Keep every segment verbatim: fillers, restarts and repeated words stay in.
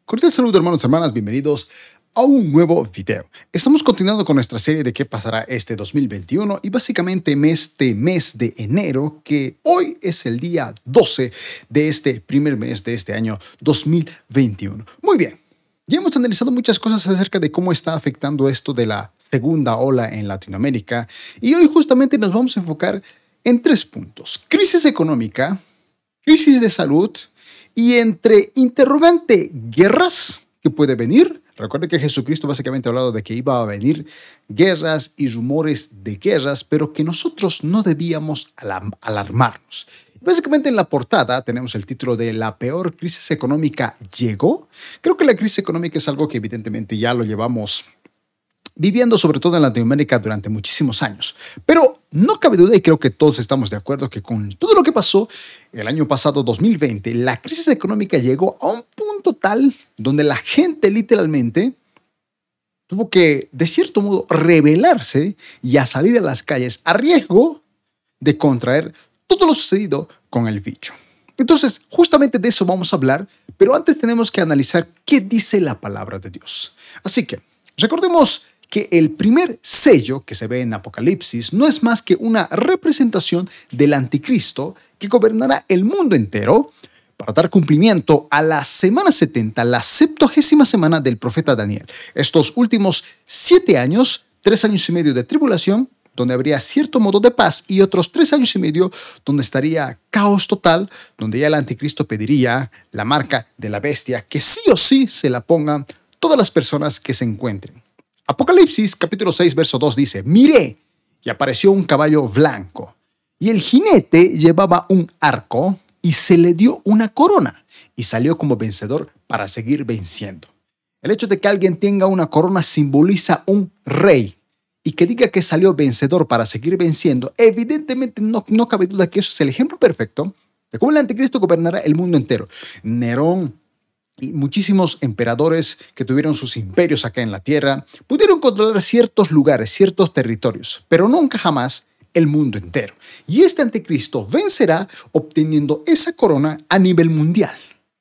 Cordial saludo, hermanos y hermanas, bienvenidos a un nuevo video. Estamos continuando con nuestra serie de qué pasará este dos mil veintiuno y básicamente en este mes de enero, que hoy es el día doce de este primer mes de este año dos mil veintiuno. Muy bien, ya hemos analizado muchas cosas acerca de cómo está afectando esto de la segunda ola en Latinoamérica y hoy justamente nos vamos a enfocar en tres puntos: crisis económica, crisis de salud y entre interrogante guerras que puede venir. Recuerde que Jesucristo básicamente ha hablado de que iba a venir guerras y rumores de guerras, pero que nosotros no debíamos alam- alarmarnos. Básicamente en la portada tenemos el título de "La peor crisis económica llegó". Creo que la crisis económica es algo que evidentemente ya lo llevamos viviendo sobre todo en Latinoamérica durante muchísimos años. Pero no cabe duda, y creo que todos estamos de acuerdo, que con todo lo que pasó el año pasado, dos mil veinte, la crisis económica llegó a un punto tal donde la gente literalmente tuvo que, de cierto modo, rebelarse y a salir a las calles a riesgo de contraer todo lo sucedido con el bicho. Entonces, justamente de eso vamos a hablar, pero antes tenemos que analizar qué dice la palabra de Dios. Así que, recordemos que el primer sello que se ve en Apocalipsis no es más que una representación del anticristo que gobernará el mundo entero para dar cumplimiento a la semana setenta, la septuagésima semana del profeta Daniel. Estos últimos siete años, tres años y medio de tribulación, donde habría cierto modo de paz, y otros tres años y medio donde estaría caos total, donde ya el anticristo pediría la marca de la bestia, que sí o sí se la pongan todas las personas que se encuentren. Apocalipsis capítulo seis, verso dos dice: "Miré, y apareció un caballo blanco, y el jinete llevaba un arco, y se le dio una corona, y salió como vencedor para seguir venciendo". El hecho de que alguien tenga una corona simboliza un rey, y que diga que salió vencedor para seguir venciendo, evidentemente no, no cabe duda que eso es el ejemplo perfecto de cómo el anticristo gobernará el mundo entero. Nerón y muchísimos emperadores que tuvieron sus imperios acá en la tierra pudieron controlar ciertos lugares, ciertos territorios, pero nunca jamás el mundo entero. Y este anticristo vencerá obteniendo esa corona a nivel mundial.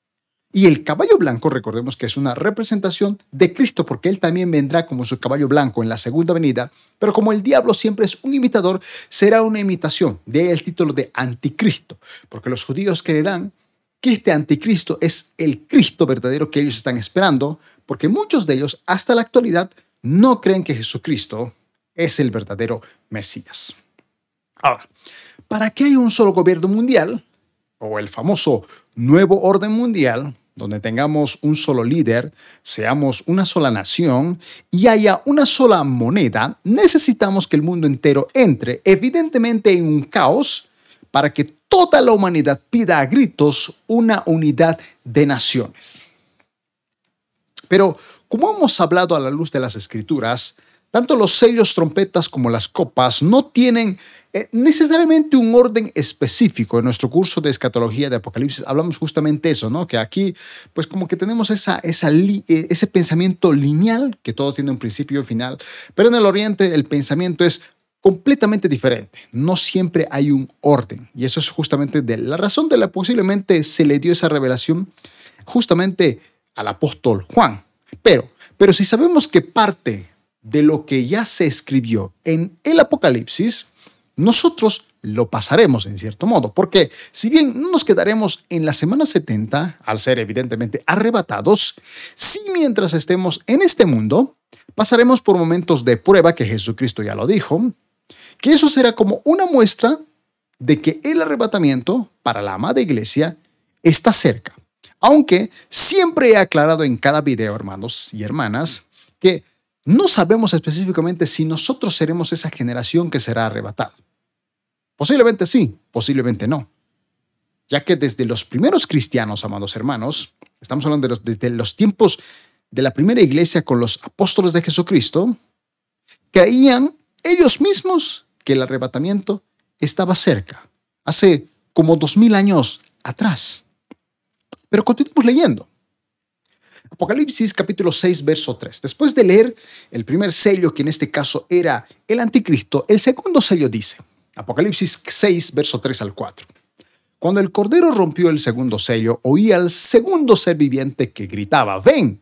Y el caballo blanco, recordemos que es una representación de Cristo, porque él también vendrá como su caballo blanco en la segunda venida, pero como el diablo siempre es un imitador, será una imitación. De ahí el título de anticristo, porque los judíos creerán que este anticristo es el Cristo verdadero que ellos están esperando, porque muchos de ellos hasta la actualidad no creen que Jesucristo es el verdadero Mesías. Ahora, ¿para qué hay un solo gobierno mundial, o el famoso nuevo orden mundial, donde tengamos un solo líder, seamos una sola nación y haya una sola moneda? Necesitamos que el mundo entero entre evidentemente en un caos para que toda la humanidad pida a gritos una unidad de naciones. Pero, como hemos hablado a la luz de las Escrituras, tanto los sellos, trompetas como las copas no tienen eh, necesariamente un orden específico. En nuestro curso de escatología de Apocalipsis hablamos justamente eso, ¿no? Que aquí, pues como que tenemos esa, esa li, eh, ese pensamiento lineal, que todo tiene un principio y un final, pero en el Oriente el pensamiento es completamente diferente. No siempre hay un orden. Y eso es justamente de la razón de la posiblemente se le dio esa revelación justamente al apóstol Juan. Pero, pero si sabemos que parte de lo que ya se escribió en el Apocalipsis, nosotros lo pasaremos en cierto modo. Porque si bien no nos quedaremos en la semana setenta, al ser evidentemente arrebatados, sí, mientras estemos en este mundo, pasaremos por momentos de prueba, que Jesucristo ya lo dijo, que eso será como una muestra de que el arrebatamiento para la amada iglesia está cerca. Aunque siempre he aclarado en cada video, hermanos y hermanas, que no sabemos específicamente si nosotros seremos esa generación que será arrebatada. Posiblemente sí, posiblemente no. Ya que desde los primeros cristianos, amados hermanos, estamos hablando de los, desde los tiempos de la primera iglesia con los apóstoles de Jesucristo, creían ellos mismos que el arrebatamiento estaba cerca, hace como dos mil años atrás. Pero continuemos leyendo. Apocalipsis capítulo seis, verso tres. Después de leer el primer sello, que en este caso era el anticristo, el segundo sello dice, Apocalipsis seis, verso tres al cuatro. Cuando el Cordero rompió el segundo sello, oí al segundo ser viviente que gritaba, ¡ven!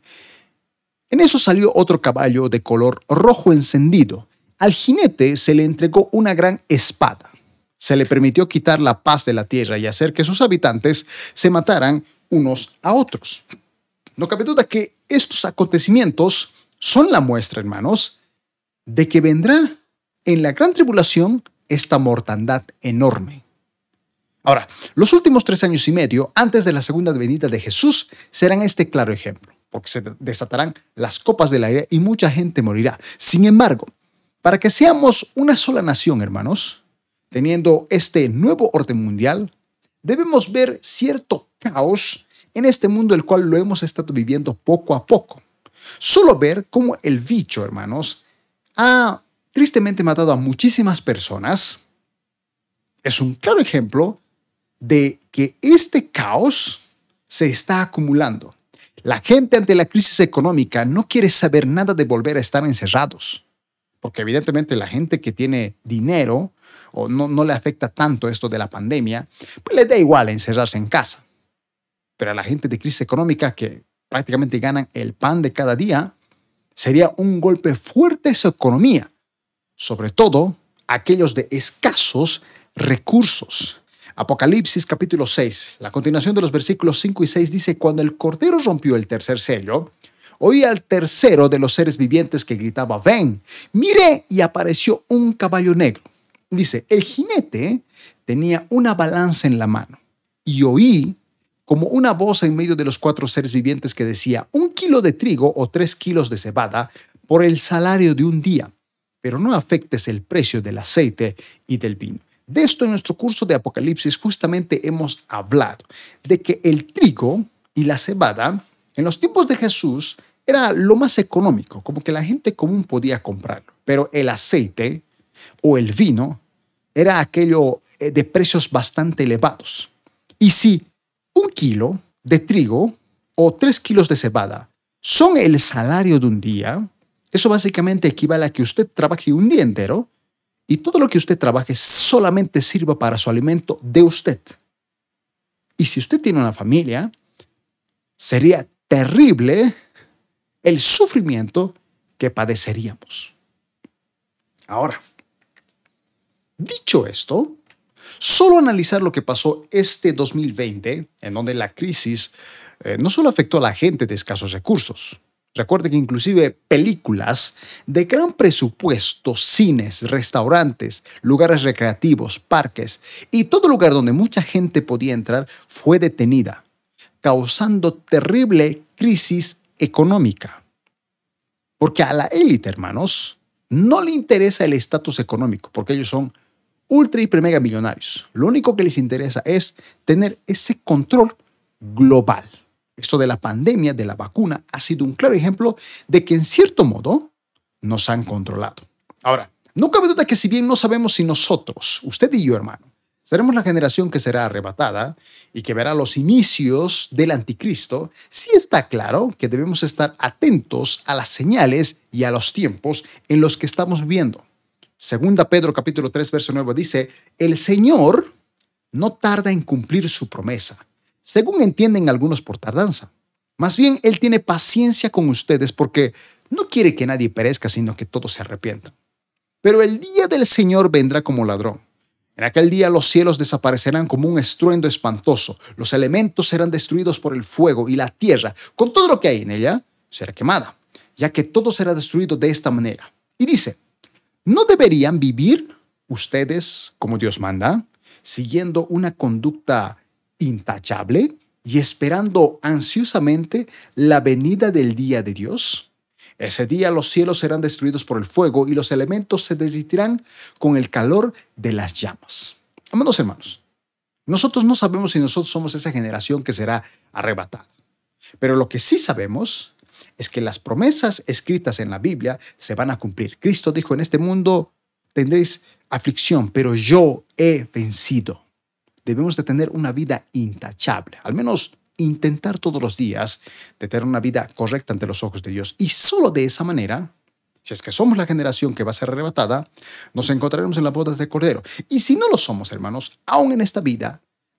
En eso salió otro caballo de color rojo encendido. Al jinete se le entregó una gran espada. Se le permitió quitar la paz de la tierra y hacer que sus habitantes se mataran unos a otros. No cabe duda que estos acontecimientos son la muestra, hermanos, de que vendrá en la gran tribulación esta mortandad enorme. Ahora, los últimos tres años y medio antes de la segunda venida de Jesús serán este claro ejemplo, porque se desatarán las copas del aire y mucha gente morirá. Sin embargo, para que seamos una sola nación, hermanos, teniendo este nuevo orden mundial, debemos ver cierto caos en este mundo el cual lo hemos estado viviendo poco a poco. Solo ver cómo el bicho, hermanos, ha tristemente matado a muchísimas personas es un claro ejemplo de que este caos se está acumulando. La gente ante la crisis económica no quiere saber nada de volver a estar encerrados, porque evidentemente la gente que tiene dinero o no, no le afecta tanto esto de la pandemia, pues le da igual encerrarse en casa. Pero a la gente de crisis económica que prácticamente ganan el pan de cada día, sería un golpe fuerte a su economía, sobre todo aquellos de escasos recursos. Apocalipsis capítulo seis, la continuación de los versículos cinco y seis dice, cuando el Cordero rompió el tercer sello, oí al tercero de los seres vivientes que gritaba, ven, miré y apareció un caballo negro. Dice, el jinete tenía una balanza en la mano y oí como una voz en medio de los cuatro seres vivientes que decía, un kilo de trigo o tres kilos de cebada por el salario de un día, pero no afectes el precio del aceite y del vino. De esto en nuestro curso de Apocalipsis justamente hemos hablado, de que el trigo y la cebada en los tiempos de Jesús era lo más económico, como que la gente común podía comprarlo, pero el aceite o el vino era aquello de precios bastante elevados. Y si un kilo de trigo o tres kilos de cebada son el salario de un día, eso básicamente equivale a que usted trabaje un día entero y todo lo que usted trabaje solamente sirva para su alimento de usted. Y si usted tiene una familia, sería terrible el sufrimiento que padeceríamos. Ahora, dicho esto, solo analizar lo que pasó este dos mil veinte, en donde la crisis eh, no solo afectó a la gente de escasos recursos. Recuerde que inclusive películas de gran presupuesto, cines, restaurantes, lugares recreativos, parques y todo lugar donde mucha gente podía entrar fue detenida, causando terrible crisis económica. Porque a la élite, hermanos, no le interesa el estatus económico, porque ellos son ultra, hiper, mega millonarios. Lo único que les interesa es tener ese control global. Esto de la pandemia, de la vacuna, ha sido un claro ejemplo de que en cierto modo nos han controlado. Ahora, no cabe duda que si bien no sabemos si nosotros, usted y yo, hermano, seremos la generación que será arrebatada y que verá los inicios del anticristo, sí está claro que debemos estar atentos a las señales y a los tiempos en los que estamos viviendo. Segunda Pedro capítulo tres, verso nueve dice, el Señor no tarda en cumplir su promesa, según entienden algunos por tardanza. Más bien, Él tiene paciencia con ustedes porque no quiere que nadie perezca, sino que todos se arrepientan. Pero el día del Señor vendrá como ladrón. En aquel día los cielos desaparecerán como un estruendo espantoso, los elementos serán destruidos por el fuego y la tierra, con todo lo que hay en ella, será quemada, ya que todo será destruido de esta manera. Y dice, ¿no deberían vivir ustedes como Dios manda, siguiendo una conducta intachable y esperando ansiosamente la venida del día de Dios? Ese día los cielos serán destruidos por el fuego y los elementos se derretirán con el calor de las llamas. Amados hermanos, nosotros no sabemos si nosotros somos esa generación que será arrebatada, pero lo que sí sabemos es que las promesas escritas en la Biblia se van a cumplir. Cristo dijo, en este mundo tendréis aflicción, pero yo he vencido. Debemos de tener una vida intachable, al menos intentar todos los días de tener una vida correcta ante los ojos de Dios. Y solo de esa manera, si es que somos la generación que va a ser arrebatada, nos encontraremos en la boda del Cordero. Y si no lo somos, hermanos, aún en esta vida,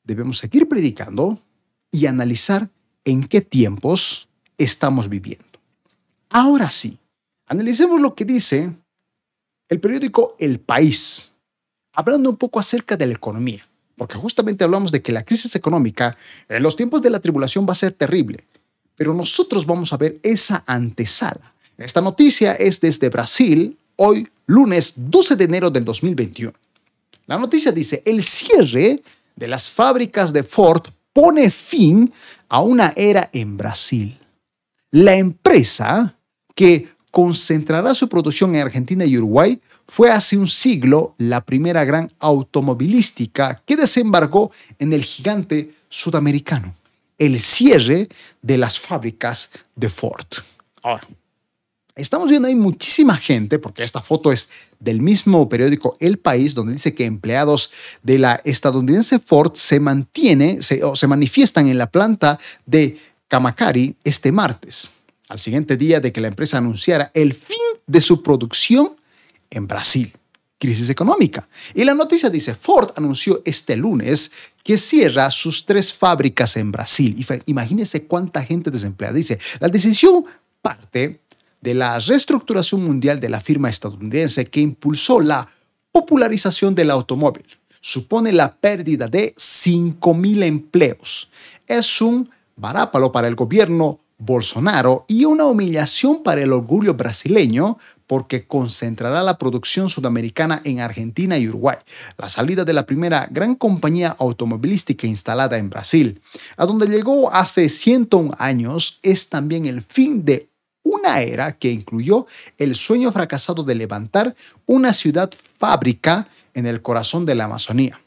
debemos seguir predicando y analizar en qué tiempos estamos viviendo. Ahora sí, analicemos lo que dice el periódico El País, hablando un poco acerca de la economía, porque justamente hablamos de que la crisis económica en los tiempos de la tribulación va a ser terrible, pero nosotros vamos a ver esa antesala. Esta noticia es desde Brasil, hoy lunes doce de enero del dos mil veintiuno. La noticia dice: el cierre de las fábricas de Ford pone fin a una era en Brasil. La empresa que concentrará su producción en Argentina y Uruguay fue hace un siglo la primera gran automovilística que desembarcó en el gigante sudamericano. El cierre de las fábricas de Ford. Ahora, estamos viendo ahí muchísima gente, porque esta foto es del mismo periódico El País, donde dice que empleados de la estadounidense Ford se mantiene, se, o se manifiestan en la planta de Camaquari este martes, al siguiente día de que la empresa anunciara el fin de su producción en Brasil. Crisis económica. Y la noticia dice: Ford anunció este lunes que cierra sus tres fábricas en Brasil. Y imagínense cuánta gente desempleada. Dice, la decisión parte de la reestructuración mundial de la firma estadounidense que impulsó la popularización del automóvil. Supone la pérdida de cinco mil empleos. Es un varápalo para el gobierno Bolsonaro y una humillación para el orgullo brasileño, porque concentrará la producción sudamericana en Argentina y Uruguay. La salida de la primera gran compañía automovilística instalada en Brasil, a donde llegó hace ciento un años, es también el fin de una era que incluyó el sueño fracasado de levantar una ciudad fábrica en el corazón de la Amazonía.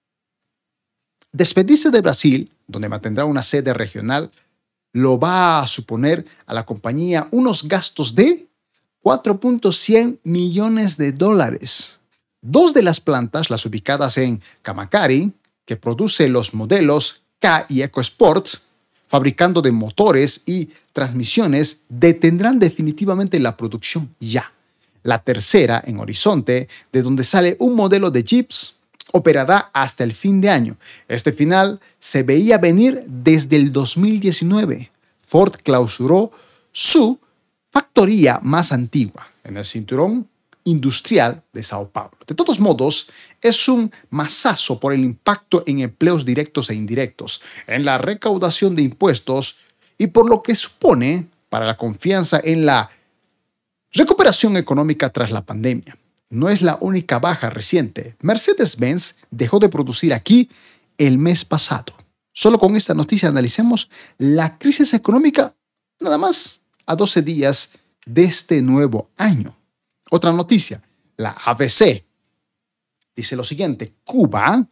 Despedirse de Brasil, donde mantendrá una sede regional, lo va a suponer a la compañía unos gastos de cuatro punto cien millones de dólares. Dos de las plantas, las ubicadas en Camaquari, que produce los modelos K y EcoSport, fabricando de motores y transmisiones, detendrán definitivamente la producción ya. La tercera, en Horizonte, de donde sale un modelo de Jeeps, operará hasta el fin de año. Este final se veía venir desde el dos mil diecinueve. Ford clausuró su factoría más antigua en el cinturón industrial de Sao Paulo. De todos modos, es un mazazo por el impacto en empleos directos e indirectos, en la recaudación de impuestos y por lo que supone para la confianza en la recuperación económica tras la pandemia. No es la única baja reciente. Mercedes-Benz dejó de producir aquí el mes pasado. Solo con esta noticia analicemos la crisis económica nada más a doce días de este nuevo año. Otra noticia, la A B C dice lo siguiente: Cuba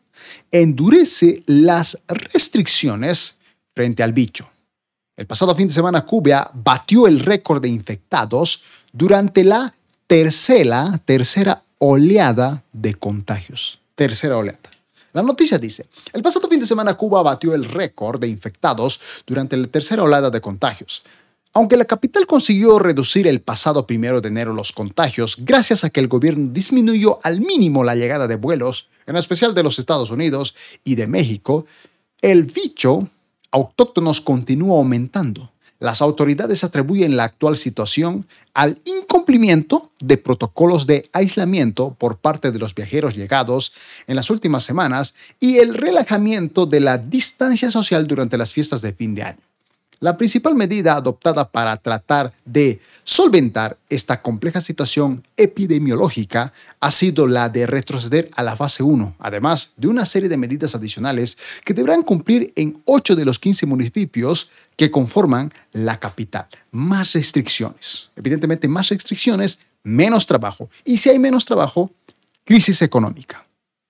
endurece las restricciones frente al bicho. El pasado fin de semana Cuba batió el récord de infectados durante la tercera, tercera oleada de contagios. Tercera oleada. La noticia dice: el pasado fin de semana Cuba batió el récord de infectados durante la tercera oleada de contagios. Aunque la capital consiguió reducir el pasado primero de enero los contagios gracias a que el gobierno disminuyó al mínimo la llegada de vuelos, en especial de los Estados Unidos y de México, el bicho autóctonos continúa aumentando. Las autoridades atribuyen la actual situación al incumplimiento de protocolos de aislamiento por parte de los viajeros llegados en las últimas semanas y el relajamiento de la distancia social durante las fiestas de fin de año. La principal medida adoptada para tratar de solventar esta compleja situación epidemiológica ha sido la de retroceder a la fase uno, además de una serie de medidas adicionales que deberán cumplir en ocho de los quince municipios que conforman la capital. Más restricciones. Evidentemente, más restricciones, menos trabajo. Y si hay menos trabajo, crisis económica.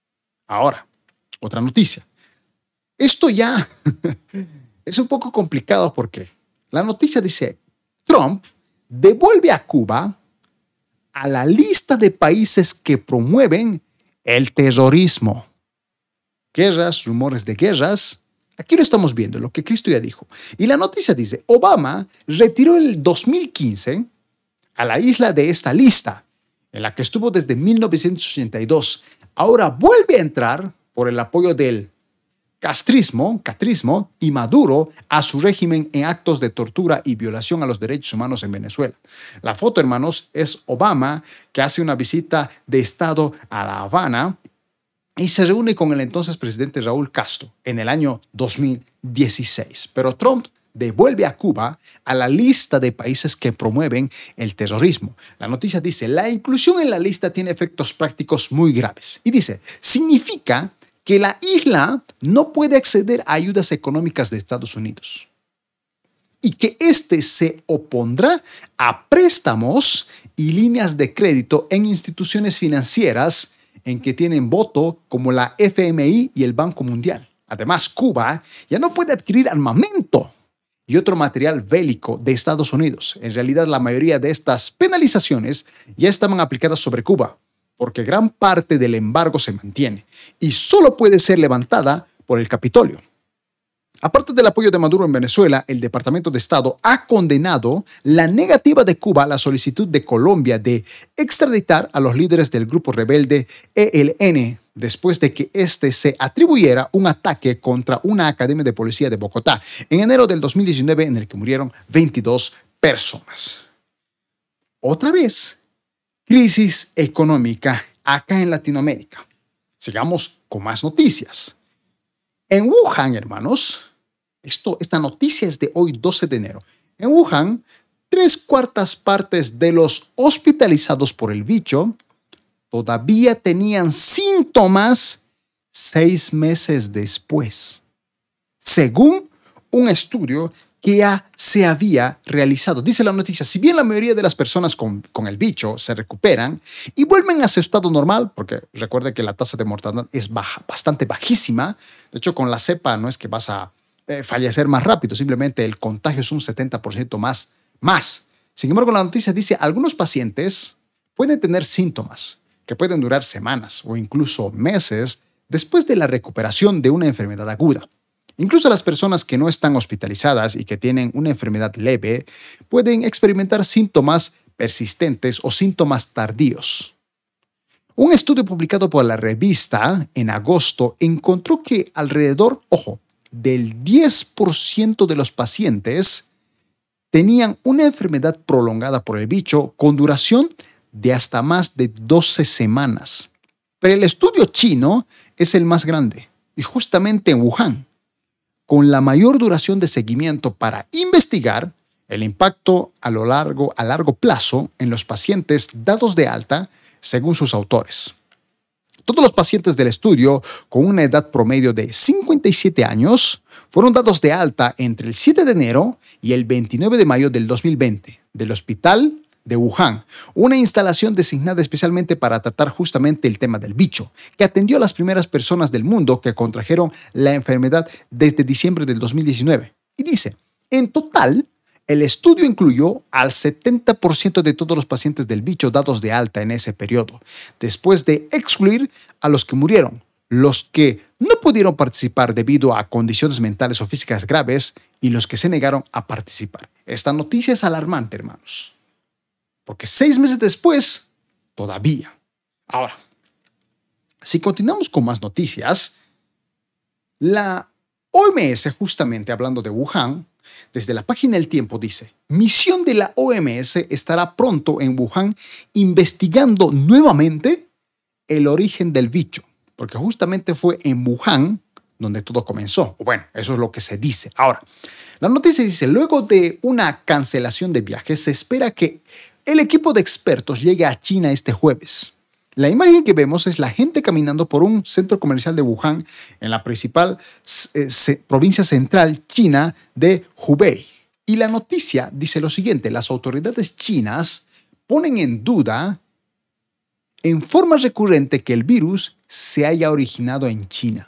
Ahora, otra noticia. Esto ya... Es un poco complicado porque la noticia dice: Trump devuelve a Cuba a la lista de países que promueven el terrorismo. Guerras, rumores de guerras. Aquí lo estamos viendo, lo que Cristo ya dijo. Y la noticia dice: Obama retiró en el dos mil quince a la isla de esta lista, en la que estuvo desde mil novecientos ochenta y dos. Ahora vuelve a entrar por el apoyo del castrismo, catrismo y Maduro a su régimen en actos de tortura y violación a los derechos humanos en Venezuela. La foto, hermanos, es Obama que hace una visita de Estado a La Habana y se reúne con el entonces presidente Raúl Castro en el año dos mil dieciséis. Pero Trump devuelve a Cuba a la lista de países que promueven el terrorismo. La noticia dice, la inclusión en la lista tiene efectos prácticos muy graves. Y dice, significa que la isla no puede acceder a ayudas económicas de Estados Unidos y que éste se opondrá a préstamos y líneas de crédito en instituciones financieras en que tienen voto como la F M I y el Banco Mundial. Además, Cuba ya no puede adquirir armamento y otro material bélico de Estados Unidos. En realidad, la mayoría de estas penalizaciones ya estaban aplicadas sobre Cuba, porque gran parte del embargo se mantiene y solo puede ser levantada por el Capitolio. Aparte del apoyo de Maduro en Venezuela, el Departamento de Estado ha condenado la negativa de Cuba a la solicitud de Colombia de extraditar a los líderes del grupo rebelde E L N después de que éste se atribuyera un ataque contra una academia de policía de Bogotá en enero del dos mil diecinueve en el que murieron veintidós personas. Otra vez, crisis económica acá en Latinoamérica. Sigamos con más noticias. En Wuhan, hermanos, esto, esta noticia es de hoy, doce de enero. En Wuhan, tres cuartas partes de los hospitalizados por el bicho todavía tenían síntomas seis meses después, según un estudio que ya se había realizado. Dice la noticia, si bien la mayoría de las personas con, con el bicho se recuperan y vuelven a su estado normal, porque recuerde que la tasa de mortalidad es baja, bastante bajísima, de hecho con la cepa no es que vas a eh, fallecer más rápido, simplemente el contagio es un setenta por ciento más, más. Sin embargo, la noticia dice, algunos pacientes pueden tener síntomas que pueden durar semanas o incluso meses después de la recuperación de una enfermedad aguda. Incluso las personas que no están hospitalizadas y que tienen una enfermedad leve pueden experimentar síntomas persistentes o síntomas tardíos. Un estudio publicado por la revista en agosto encontró que alrededor, ojo, del diez por ciento de los pacientes tenían una enfermedad prolongada por el bicho con duración de hasta más de doce semanas. Pero el estudio chino es el más grande y justamente en Wuhan, con la mayor duración de seguimiento para investigar el impacto a lo largo, a largo plazo en los pacientes dados de alta, según sus autores. Todos los pacientes del estudio con una edad promedio de cincuenta y siete años fueron dados de alta entre el siete de enero y el veintinueve de mayo del dos mil veinte del hospital de Wuhan, una instalación designada especialmente para tratar justamente el tema del bicho, que atendió a las primeras personas del mundo que contrajeron la enfermedad desde diciembre del dos mil diecinueve. Y dice, en total, el estudio incluyó al setenta por ciento de todos los pacientes del bicho dados de alta en ese periodo, después de excluir a los que murieron, los que no pudieron participar debido a condiciones mentales o físicas graves y los que se negaron a participar. Esta noticia es alarmante, hermanos. Porque seis meses después, todavía. Ahora, si continuamos con más noticias, la O M S, justamente hablando de Wuhan, desde la página El Tiempo dice, misión de la O M S estará pronto en Wuhan investigando nuevamente el origen del bicho, porque justamente fue en Wuhan donde todo comenzó. Bueno, eso es lo que se dice. Ahora, la noticia dice, luego de una cancelación de viajes, se espera que el equipo de expertos llega a China este jueves. La imagen que vemos es la gente caminando por un centro comercial de Wuhan en la principal eh, se, provincia central china de Hubei. Y la noticia dice lo siguiente, las autoridades chinas ponen en duda en forma recurrente que el virus se haya originado en China.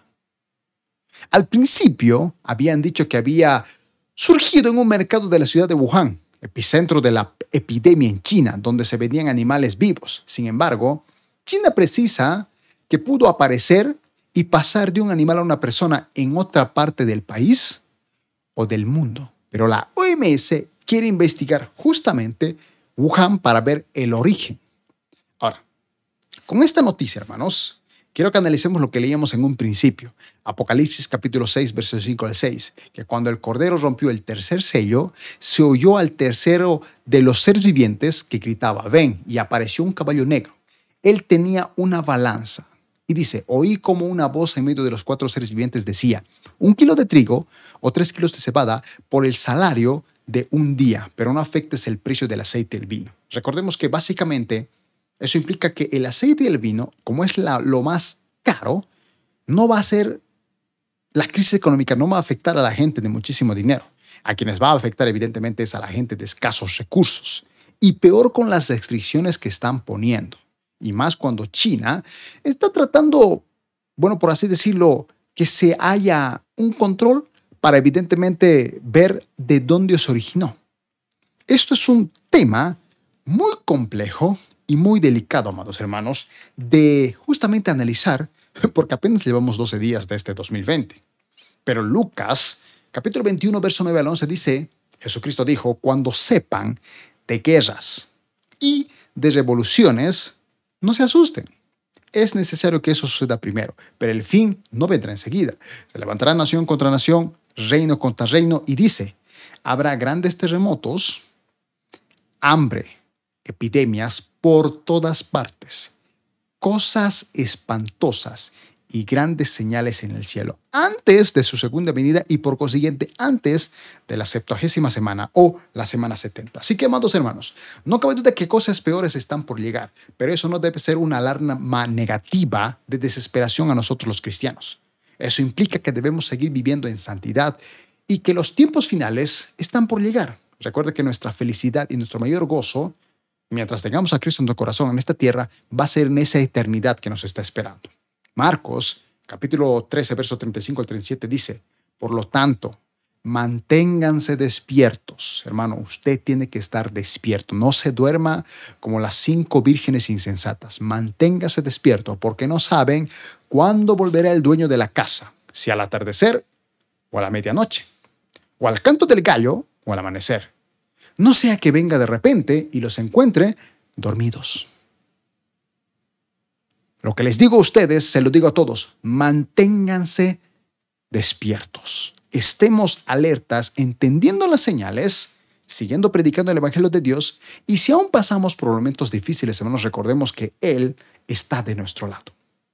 Al principio habían dicho que había surgido en un mercado de la ciudad de Wuhan, epicentro de la epidemia en China, donde se vendían animales vivos. Sin embargo, China precisa que pudo aparecer y pasar de un animal a una persona en otra parte del país o del mundo. Pero la O M S quiere investigar justamente Wuhan para ver el origen. Ahora, con esta noticia, hermanos, quiero que analicemos lo que leíamos en un principio. Apocalipsis capítulo seis, versos cinco al seis, que cuando el Cordero rompió el tercer sello, se oyó al tercero de los seres vivientes que gritaba, ven, y apareció un caballo negro. Él tenía una balanza. Y dice, oí como una voz en medio de los cuatro seres vivientes decía, un kilo de trigo o tres kilos de cebada por el salario de un día, pero no afectes el precio del aceite y el vino. Recordemos que básicamente eso implica que el aceite y el vino, como es la, lo más caro, no va a ser, la crisis económica no va a afectar a la gente de muchísimo dinero. A quienes va a afectar evidentemente es a la gente de escasos recursos. Y peor con las restricciones que están poniendo. Y más cuando China está tratando, bueno, por así decirlo, que se haya un control para evidentemente ver de dónde se originó. Esto es un tema muy complejo y muy delicado, amados hermanos, de justamente analizar, porque apenas llevamos doce días de este dos mil veinte. Pero Lucas, capítulo veintiuno, verso nueve al once, dice, Jesucristo dijo, cuando sepan de guerras y de revoluciones, no se asusten. Es necesario que eso suceda primero, pero el fin no vendrá enseguida. Se levantará nación contra nación, reino contra reino, y dice, habrá grandes terremotos, hambre, epidemias por todas partes, cosas espantosas y grandes señales en el cielo, antes de su segunda venida y por consiguiente antes de la septuagésima semana o la semana setenta. Así que, amados hermanos, no cabe duda que cosas peores están por llegar, pero eso no debe ser una alarma negativa de desesperación a nosotros los cristianos. Eso implica que debemos seguir viviendo en santidad y que los tiempos finales están por llegar. Recuerda que nuestra felicidad y nuestro mayor gozo, mientras tengamos a Cristo en nuestro corazón en esta tierra, va a ser en esa eternidad que nos está esperando. Marcos, capítulo trece, verso treinta y cinco al treinta y siete dice, por lo tanto, manténganse despiertos. Hermano, usted tiene que estar despierto. No se duerma como las cinco vírgenes insensatas. Manténgase despierto porque no saben cuándo volverá el dueño de la casa, si al atardecer o a la medianoche, o al canto del gallo o al amanecer. No sea que venga de repente y los encuentre dormidos. Lo que les digo a ustedes, se lo digo a todos, manténganse despiertos. Estemos alertas, entendiendo las señales, siguiendo predicando el Evangelio de Dios, y si aún pasamos por momentos difíciles, hermanos, recordemos que Él está de nuestro lado.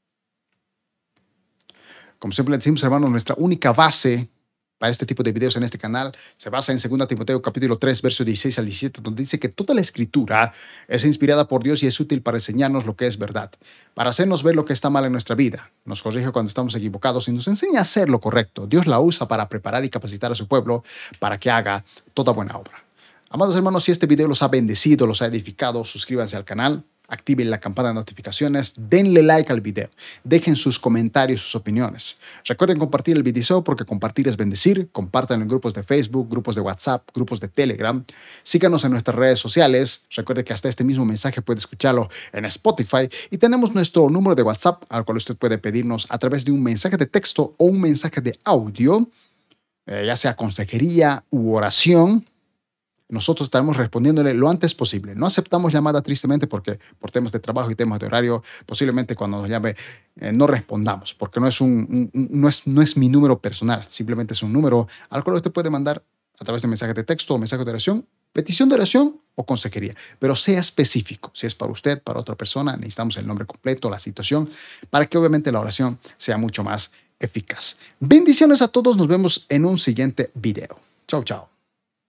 Como siempre decimos, hermanos, nuestra única base para este tipo de videos en este canal se basa en segunda Timoteo capítulo tres, versos dieciséis al diecisiete, donde dice que toda la escritura es inspirada por Dios y es útil para enseñarnos lo que es verdad, para hacernos ver lo que está mal en nuestra vida, nos corrige cuando estamos equivocados y nos enseña a hacer lo correcto. Dios la usa para preparar y capacitar a su pueblo para que haga toda buena obra. Amados hermanos, si este video los ha bendecido, los ha edificado, suscríbanse al canal, activen la campana de notificaciones, denle like al video, dejen sus comentarios, sus opiniones. Recuerden compartir el video porque compartir es bendecir. Compártanlo en grupos de Facebook, grupos de WhatsApp, grupos de Telegram. Síganos en nuestras redes sociales. Recuerde que hasta este mismo mensaje puede escucharlo en Spotify. Y tenemos nuestro número de WhatsApp al cual usted puede pedirnos a través de un mensaje de texto o un mensaje de audio, eh, ya sea consejería u oración. Nosotros estaremos respondiéndole lo antes posible. No aceptamos llamada tristemente porque por temas de trabajo y temas de horario, posiblemente cuando nos llame eh, no respondamos, porque no es, un, un, no, es, no es mi número personal, simplemente es un número al cual usted puede mandar a través de mensaje de texto o mensaje de oración, petición de oración o consejería, pero sea específico. Si es para usted, para otra persona, necesitamos el nombre completo, la situación, para que obviamente la oración sea mucho más eficaz. Bendiciones a todos, nos vemos en un siguiente video. Chao, chao.